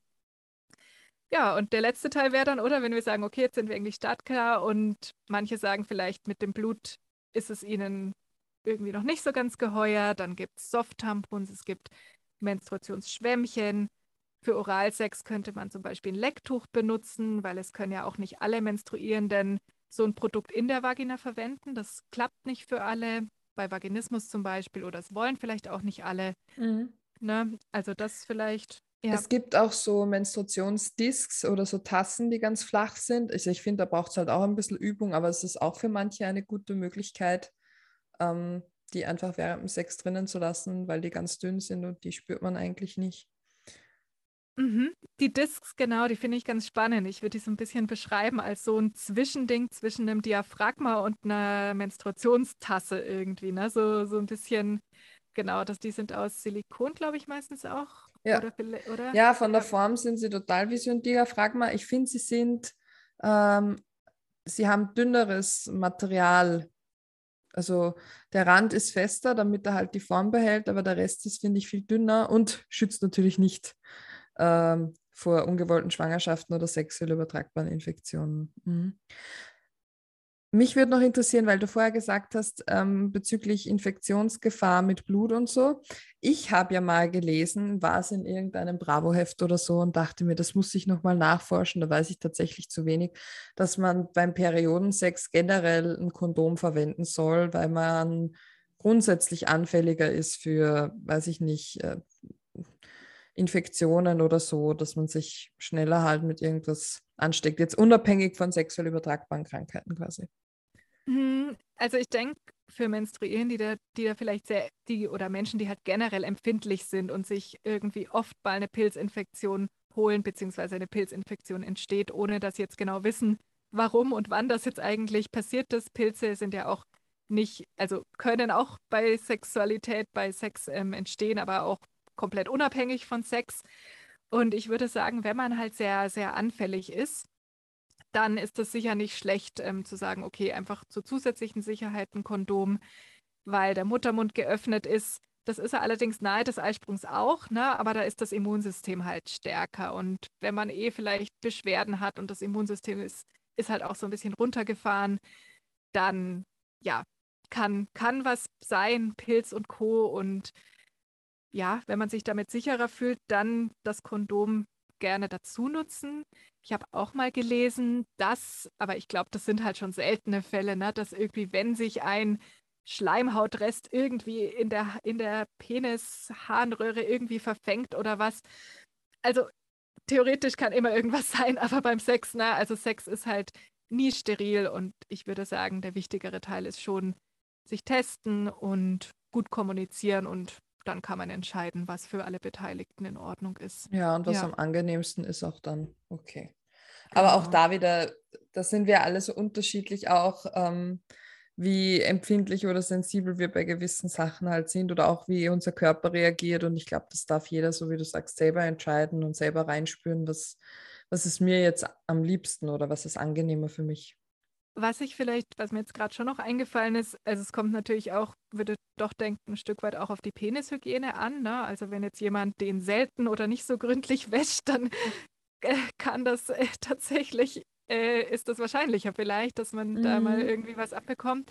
Ja, und der letzte Teil wäre dann, oder wenn wir sagen, okay, jetzt sind wir eigentlich startklar und manche sagen vielleicht, mit dem Blut ist es ihnen irgendwie noch nicht so ganz geheuer, dann gibt es Soft-Tampons, es gibt Menstruationsschwämmchen. Für Oralsex könnte man zum Beispiel ein Lecktuch benutzen, weil es können ja auch nicht alle Menstruierenden so ein Produkt in der Vagina verwenden. Das klappt nicht für alle, bei Vaginismus zum Beispiel, oder es wollen vielleicht auch nicht alle. Mhm. Ne? Also das vielleicht, ja. Es gibt auch so Menstruationsdiscs oder so Tassen, die ganz flach sind. Also ich finde, da braucht es halt auch ein bisschen Übung, aber es ist auch für manche eine gute Möglichkeit, ähm, die einfach während dem Sex drinnen zu lassen, weil die ganz dünn sind und die spürt man eigentlich nicht. Mhm. Die Discs, genau, die finde ich ganz spannend. Ich würde die so ein bisschen beschreiben als so ein Zwischending zwischen einem Diaphragma und einer Menstruationstasse irgendwie, ne? So, so ein bisschen, genau, das, die sind aus Silikon, glaube ich, meistens auch. Ja, Oder, vielleicht- oder? ja, von der Ja. Form sind sie total wie so ein Diaphragma. Ich finde, sie sind, ähm, sie haben dünneres Material. Also der Rand ist fester, damit er halt die Form behält, aber der Rest ist, finde ich, viel dünner und schützt natürlich nicht ähm, vor ungewollten Schwangerschaften oder sexuell übertragbaren Infektionen. Mhm. Mich würde noch interessieren, weil du vorher gesagt hast, ähm, bezüglich Infektionsgefahr mit Blut und so. Ich habe ja mal gelesen, war es in irgendeinem Bravo-Heft oder so und dachte mir, das muss ich nochmal nachforschen, da weiß ich tatsächlich zu wenig, dass man beim Periodensex generell ein Kondom verwenden soll, weil man grundsätzlich anfälliger ist für, weiß ich nicht, äh, Infektionen oder so, dass man sich schneller halt mit irgendwas ansteckt, jetzt unabhängig von sexuell übertragbaren Krankheiten quasi. Hm, Also ich denke, für Menstruierende, die da, die da vielleicht sehr, die oder Menschen, die halt generell empfindlich sind und sich irgendwie oft mal eine Pilzinfektion holen, beziehungsweise eine Pilzinfektion entsteht, ohne dass sie jetzt genau wissen, warum und wann das jetzt eigentlich passiert ist. Pilze sind ja auch nicht, also können auch bei Sexualität, bei Sex ähm, entstehen, aber auch komplett unabhängig von Sex. Und ich würde sagen, wenn man halt sehr, sehr anfällig ist, dann ist es sicher nicht schlecht, ähm, zu sagen, okay, einfach zur zusätzlichen Sicherheit ein Kondom, weil der Muttermund geöffnet ist. Das ist er allerdings nahe des Eisprungs auch, ne? Aber da ist das Immunsystem halt stärker. Und wenn man eh vielleicht Beschwerden hat und das Immunsystem ist, ist halt auch so ein bisschen runtergefahren, dann ja, kann, kann was sein, Pilz und Co. Und ja, wenn man sich damit sicherer fühlt, dann das Kondom gerne dazu nutzen. Ich habe auch mal gelesen, dass, aber ich glaube, das sind halt schon seltene Fälle, ne, dass irgendwie, wenn sich ein Schleimhautrest irgendwie in der, in der Penisharnröhre irgendwie verfängt oder was. Also theoretisch kann immer irgendwas sein, aber beim Sex, ne, also Sex ist halt nie steril und ich würde sagen, der wichtigere Teil ist schon sich testen und gut kommunizieren und dann kann man entscheiden, was für alle Beteiligten in Ordnung ist. Ja, und was Ja, am angenehmsten ist auch dann, okay. Aber auch genau. da wieder, da sind wir alle so unterschiedlich auch, ähm, wie empfindlich oder sensibel wir bei gewissen Sachen halt sind oder auch wie unser Körper reagiert. Und ich glaube, das darf jeder, so wie du sagst, selber entscheiden und selber reinspüren, was, was ist mir jetzt am liebsten oder was ist angenehmer für mich. Was ich vielleicht, was mir jetzt gerade schon noch eingefallen ist, also es kommt natürlich auch, würde doch denken, ein Stück weit auch auf die Penishygiene an. Ne? Also wenn jetzt jemand den selten oder nicht so gründlich wäscht, dann äh, kann das äh, tatsächlich, äh, ist das wahrscheinlicher vielleicht, dass man da mal Mhm. irgendwie was abbekommt.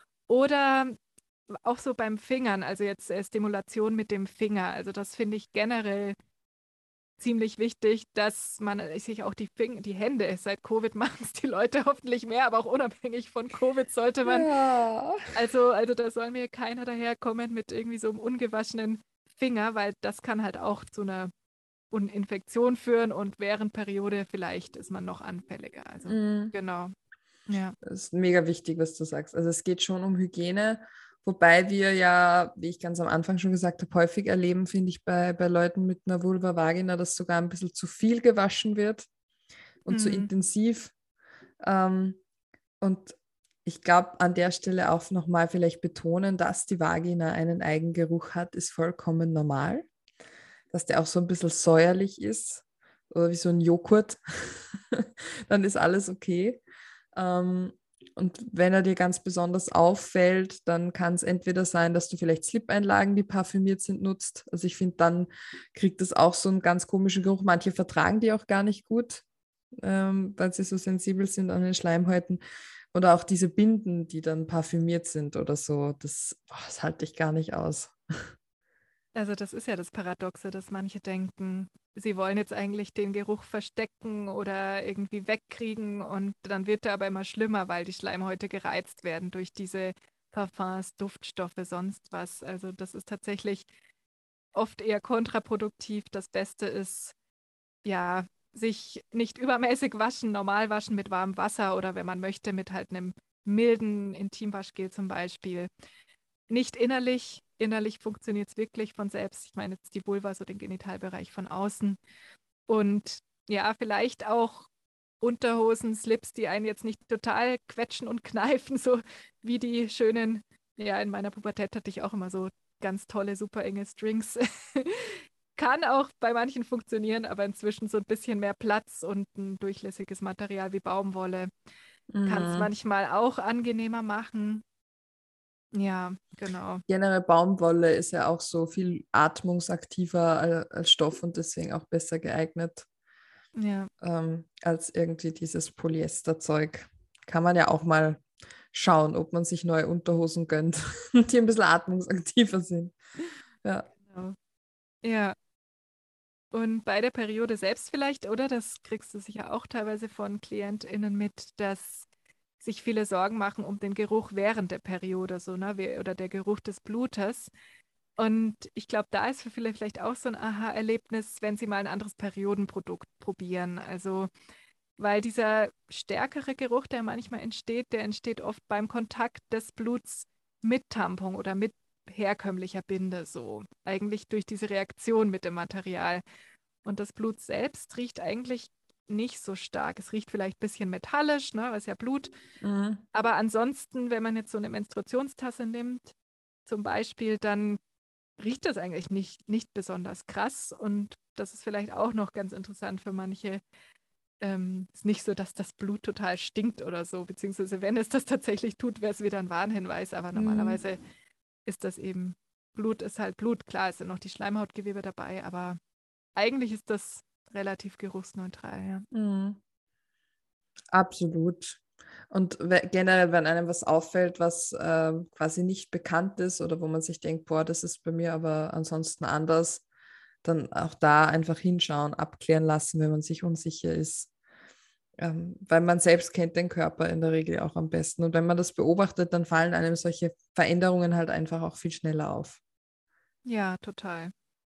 Oder auch so beim Fingern, also jetzt äh, Stimulation mit dem Finger. Also das finde ich generell ziemlich wichtig, dass man äh, sich auch die Fing die Hände, seit Covid machen es die Leute hoffentlich mehr, aber auch unabhängig von Covid sollte man, Ja. also, also da soll mir keiner daherkommen mit irgendwie so einem ungewaschenen Finger, weil das kann halt auch zu einer Un- Infektion führen und während Periode vielleicht ist man noch anfälliger. Also Mhm. genau. Ja. Das ist mega wichtig, was du sagst. Also es geht schon um Hygiene, wobei wir ja, wie ich ganz am Anfang schon gesagt habe, häufig erleben, finde ich, bei, bei Leuten mit einer Vulva Vagina, dass sogar ein bisschen zu viel gewaschen wird und zu Hm. intensiv. Ähm, und ich glaube, an der Stelle auch nochmal vielleicht betonen, dass die Vagina einen Eigengeruch hat, ist vollkommen normal. Dass der auch so ein bisschen säuerlich ist. oder wie so ein Joghurt, dann ist alles okay. Ähm, und wenn er dir ganz besonders auffällt, dann kann es entweder sein, dass du vielleicht Slip-Einlagen, die parfümiert sind, nutzt. Also ich finde, dann kriegt es auch so einen ganz komischen Geruch. Manche vertragen die auch gar nicht gut, ähm, weil sie so sensibel sind an den Schleimhäuten. Oder auch diese Binden, die dann parfümiert sind oder so. Das, boah, das halte ich gar nicht aus. Also das ist ja das Paradoxe, dass manche denken, sie wollen jetzt eigentlich den Geruch verstecken oder irgendwie wegkriegen und dann wird er aber immer schlimmer, weil die Schleimhäute gereizt werden durch diese Parfums, Duftstoffe, sonst was. Also das ist tatsächlich oft eher kontraproduktiv. Das Beste ist, ja, sich nicht übermäßig waschen, normal waschen mit warmem Wasser oder wenn man möchte, mit halt einem milden Intimwaschgel zum Beispiel. Nicht innerlich. Innerlich funktioniert es wirklich von selbst. Ich meine jetzt die Vulva, so den Genitalbereich von außen. Und ja, vielleicht auch Unterhosen, Slips, die einen jetzt nicht total quetschen und kneifen, so wie die schönen, ja, in meiner Pubertät hatte ich auch immer so ganz tolle, super enge Strings. Kann auch bei manchen funktionieren, aber inzwischen so ein bisschen mehr Platz und ein durchlässiges Material wie Baumwolle kann es Mhm. manchmal auch angenehmer machen. Ja, genau. Generell Baumwolle ist ja auch so viel atmungsaktiver al- als Stoff und deswegen auch besser geeignet Ja. ähm, als irgendwie dieses Polyesterzeug. Kann man ja auch mal schauen, ob man sich neue Unterhosen gönnt, die ein bisschen atmungsaktiver sind. Ja. Genau. Ja, und bei der Periode selbst vielleicht, oder? Das kriegst du sicher auch teilweise von KlientInnen mit, dass sich viele Sorgen machen um den Geruch während der Periode, so, ne? Wie- Oder der Geruch des Blutes. Und ich glaube, da ist für viele vielleicht auch so ein Aha-Erlebnis, wenn sie mal ein anderes Periodenprodukt probieren. Also, weil dieser stärkere Geruch, der manchmal entsteht, der entsteht oft beim Kontakt des Bluts mit Tampon oder mit herkömmlicher Binde, so. Eigentlich durch diese Reaktion mit dem Material. Und das Blut selbst riecht eigentlich nicht so stark. Es riecht vielleicht ein bisschen metallisch, ne, weil es ja Blut. Mhm. Aber ansonsten, wenn man jetzt so eine Menstruationstasse nimmt, zum Beispiel, dann riecht das eigentlich nicht, nicht besonders krass. Und das ist vielleicht auch noch ganz interessant für manche. Ähm, ist nicht so, dass das Blut total stinkt oder so, beziehungsweise wenn es das tatsächlich tut, wäre es wieder ein Warnhinweis. Aber Mhm. normalerweise ist das eben, Blut ist halt Blut. Klar, es sind noch die Schleimhautgewebe dabei, aber eigentlich ist das relativ geruchsneutral, ja. Mhm. Absolut. Und we- generell, wenn einem was auffällt, was äh, quasi nicht bekannt ist oder wo man sich denkt, boah, das ist bei mir aber ansonsten anders, dann auch da einfach hinschauen, abklären lassen, wenn man sich unsicher ist. Ähm, weil man selbst kennt den Körper in der Regel auch am besten. Und wenn man das beobachtet, dann fallen einem solche Veränderungen halt einfach auch viel schneller auf. Ja, total.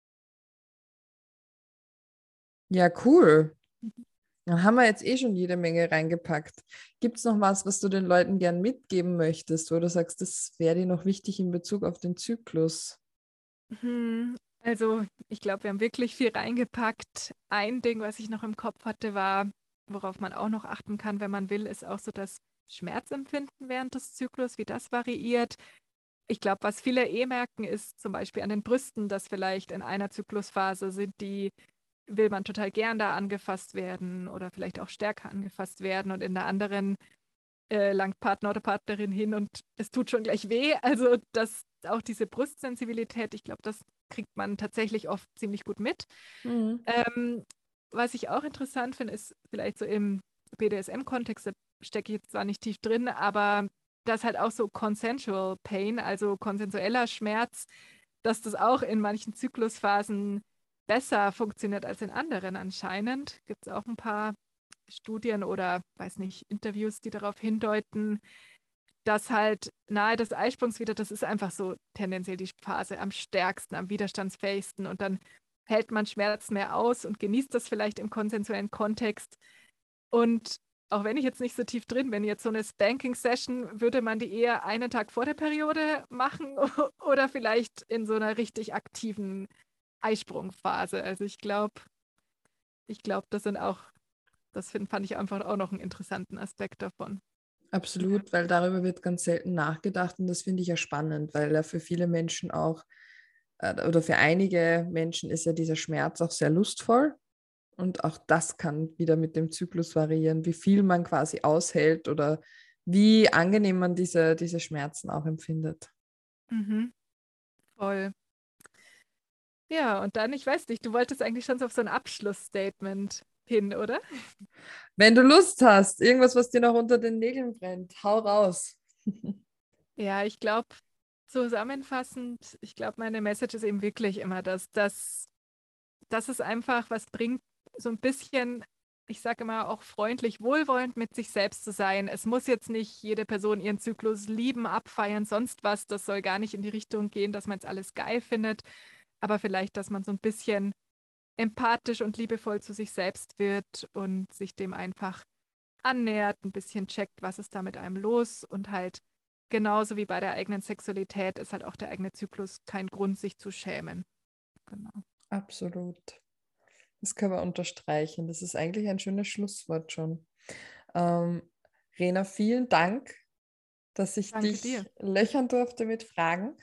Ja, cool. Mhm. Dann haben wir jetzt eh schon jede Menge reingepackt. Gibt es noch was, was du den Leuten gern mitgeben möchtest, wo du sagst, das wäre dir noch wichtig in Bezug auf den Zyklus? Hm, Also, ich glaube, wir haben wirklich viel reingepackt. Ein Ding, was ich noch im Kopf hatte, war, worauf man auch noch achten kann, wenn man will, ist auch so das Schmerzempfinden während des Zyklus, wie das variiert. Ich glaube, was viele eh merken, ist zum Beispiel an den Brüsten, dass vielleicht in einer Zyklusphase sind die, will man total gern da angefasst werden oder vielleicht auch stärker angefasst werden und in der anderen äh, langt Partner oder Partnerin hin und es tut schon gleich weh. Also das auch diese Brustsensibilität, ich glaube, das kriegt man tatsächlich oft ziemlich gut mit. Mhm. Ähm, Was ich auch interessant finde, ist vielleicht so im B D S M-Kontext, da stecke ich jetzt zwar nicht tief drin, aber das halt auch so Consensual Pain, also konsensueller Schmerz, dass das auch in manchen Zyklusphasen besser funktioniert als in anderen anscheinend. Gibt es auch ein paar Studien oder, weiß nicht, Interviews, die darauf hindeuten, dass halt nahe des Eisprungs wieder, das ist einfach so tendenziell die Phase am stärksten, am widerstandsfähigsten und dann hält man Schmerz mehr aus und genießt das vielleicht im konsensuellen Kontext. Und auch wenn ich jetzt nicht so tief drin bin, jetzt so eine Spanking-Session, würde man die eher einen Tag vor der Periode machen oder vielleicht in so einer richtig aktiven Eisprungphase. Also ich glaube, ich glaube, das sind auch, das find, fand ich einfach auch noch einen interessanten Aspekt davon. Ja. Absolut, weil darüber wird ganz selten nachgedacht und das finde ich ja spannend, weil ja für viele Menschen auch, äh, oder für einige Menschen ist ja dieser Schmerz auch sehr lustvoll. Und auch das kann wieder mit dem Zyklus variieren, wie viel man quasi aushält oder wie angenehm man diese, diese Schmerzen auch empfindet. Mhm. Voll. Ja, und dann, ich weiß nicht, du wolltest eigentlich schon so auf so ein Abschlussstatement hin, oder? Wenn du Lust hast, irgendwas, was dir noch unter den Nägeln brennt, hau raus. Ja, ich glaube, zusammenfassend, ich glaube, meine Message ist eben wirklich immer, dass, dass, dass es einfach was bringt, so ein bisschen, ich sage immer auch freundlich, wohlwollend mit sich selbst zu sein. Es muss jetzt nicht jede Person ihren Zyklus lieben, abfeiern, sonst was. Das soll gar nicht in die Richtung gehen, dass man es alles geil findet, aber vielleicht, dass man so ein bisschen empathisch und liebevoll zu sich selbst wird und sich dem einfach annähert, ein bisschen checkt, was ist da mit einem los und halt genauso wie bei der eigenen Sexualität ist halt auch der eigene Zyklus kein Grund, sich zu schämen. Genau. Absolut. Das können wir unterstreichen. Das ist eigentlich ein schönes Schlusswort schon. Ähm, Rena, vielen Dank, dass ich Danke dich dir. löchern durfte mit Fragen.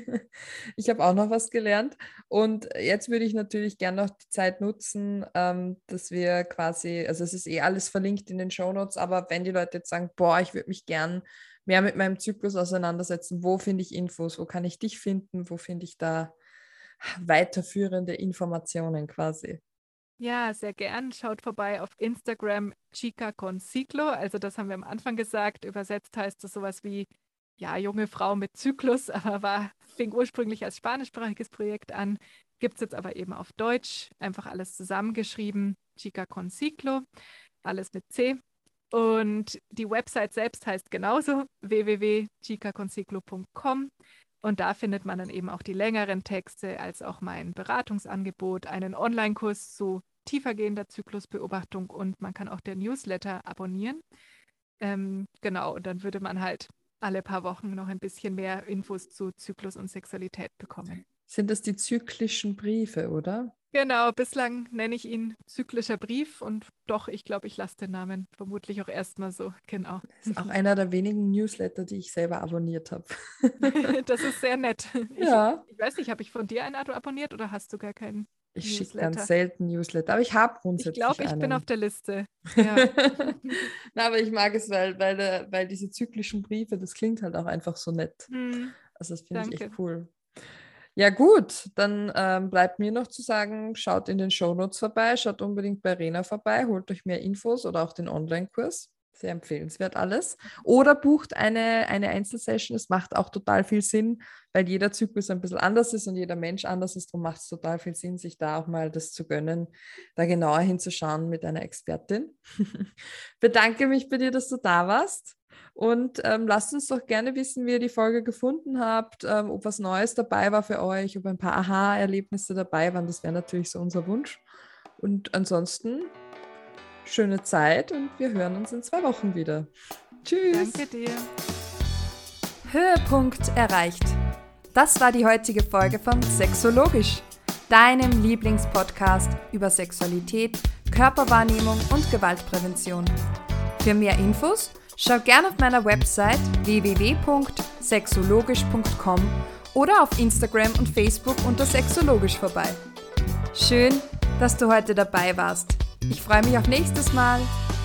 Ich habe auch noch was gelernt. Und jetzt würde ich natürlich gerne noch die Zeit nutzen, ähm, dass wir quasi, also es ist eh alles verlinkt in den Shownotes, aber wenn die Leute jetzt sagen, boah, ich würde mich gern mehr mit meinem Zyklus auseinandersetzen, wo finde ich Infos, wo kann ich dich finden, wo finde ich da weiterführende Informationen quasi? Ja, sehr gern. Schaut vorbei auf Instagram Chica con Ciclo. Also das haben wir am Anfang gesagt. Übersetzt heißt das sowas wie, ja, junge Frau mit Zyklus, aber war, fing ursprünglich als spanischsprachiges Projekt an. Gibt es jetzt aber eben auf Deutsch. Einfach alles zusammengeschrieben. Chica con Ciclo. Alles mit C. Und die Website selbst heißt genauso w w w punkt chica con ciclo punkt com. Und da findet man dann eben auch die längeren Texte, als auch mein Beratungsangebot, einen Online-Kurs zu tiefergehender Zyklusbeobachtung und man kann auch den Newsletter abonnieren. Ähm, genau, und dann würde man halt alle paar Wochen noch ein bisschen mehr Infos zu Zyklus und Sexualität bekommen. Sind das die zyklischen Briefe, oder? Genau, bislang nenne ich ihn zyklischer Brief und doch, ich glaube, ich lasse den Namen vermutlich auch erstmal so. Genau. Das ist auch einer der wenigen Newsletter, die ich selber abonniert habe. Das ist sehr nett. Ich, Ja. ich weiß nicht, habe ich von dir ein Abo abonniert oder hast du gar keinen Ich schicke ganz Newsletter? selten Newsletter, aber ich habe Ich grundsätzlich glaube, ich bin einen. auf der Liste. Ja. Na, aber ich mag es, weil, weil, der- weil diese zyklischen Briefe, das klingt halt auch einfach so nett. Hm, Also das finde ich echt danke. cool. Ja gut, dann ähm, bleibt mir noch zu sagen, schaut in den Shownotes vorbei, schaut unbedingt bei Rena vorbei, holt euch mehr Infos oder auch den Online-Kurs. Sehr empfehlenswert alles. Oder bucht eine, eine Einzelsession. Es macht auch total viel Sinn, weil jeder Zyklus ein bisschen anders ist und jeder Mensch anders ist. Darum macht es total viel Sinn, sich da auch mal das zu gönnen, da genauer hinzuschauen mit einer Expertin. Bedanke mich bei dir, dass du da warst. Und ähm, lasst uns doch gerne wissen, wie ihr die Folge gefunden habt, ähm, ob was Neues dabei war für euch, ob ein paar Aha-Erlebnisse dabei waren. Das wäre natürlich so unser Wunsch. Und ansonsten schöne Zeit und wir hören uns in zwei Wochen wieder. Tschüss. Danke dir. Höhepunkt erreicht. Das war die heutige Folge von Sexologisch, deinem Lieblingspodcast über Sexualität, Körperwahrnehmung und Gewaltprävention. Für mehr Infos schau gerne auf meiner Website w w w punkt sexologisch punkt com oder auf Instagram und Facebook unter Sexologisch vorbei. Schön, dass du heute dabei warst. Ich freue mich auf nächstes Mal.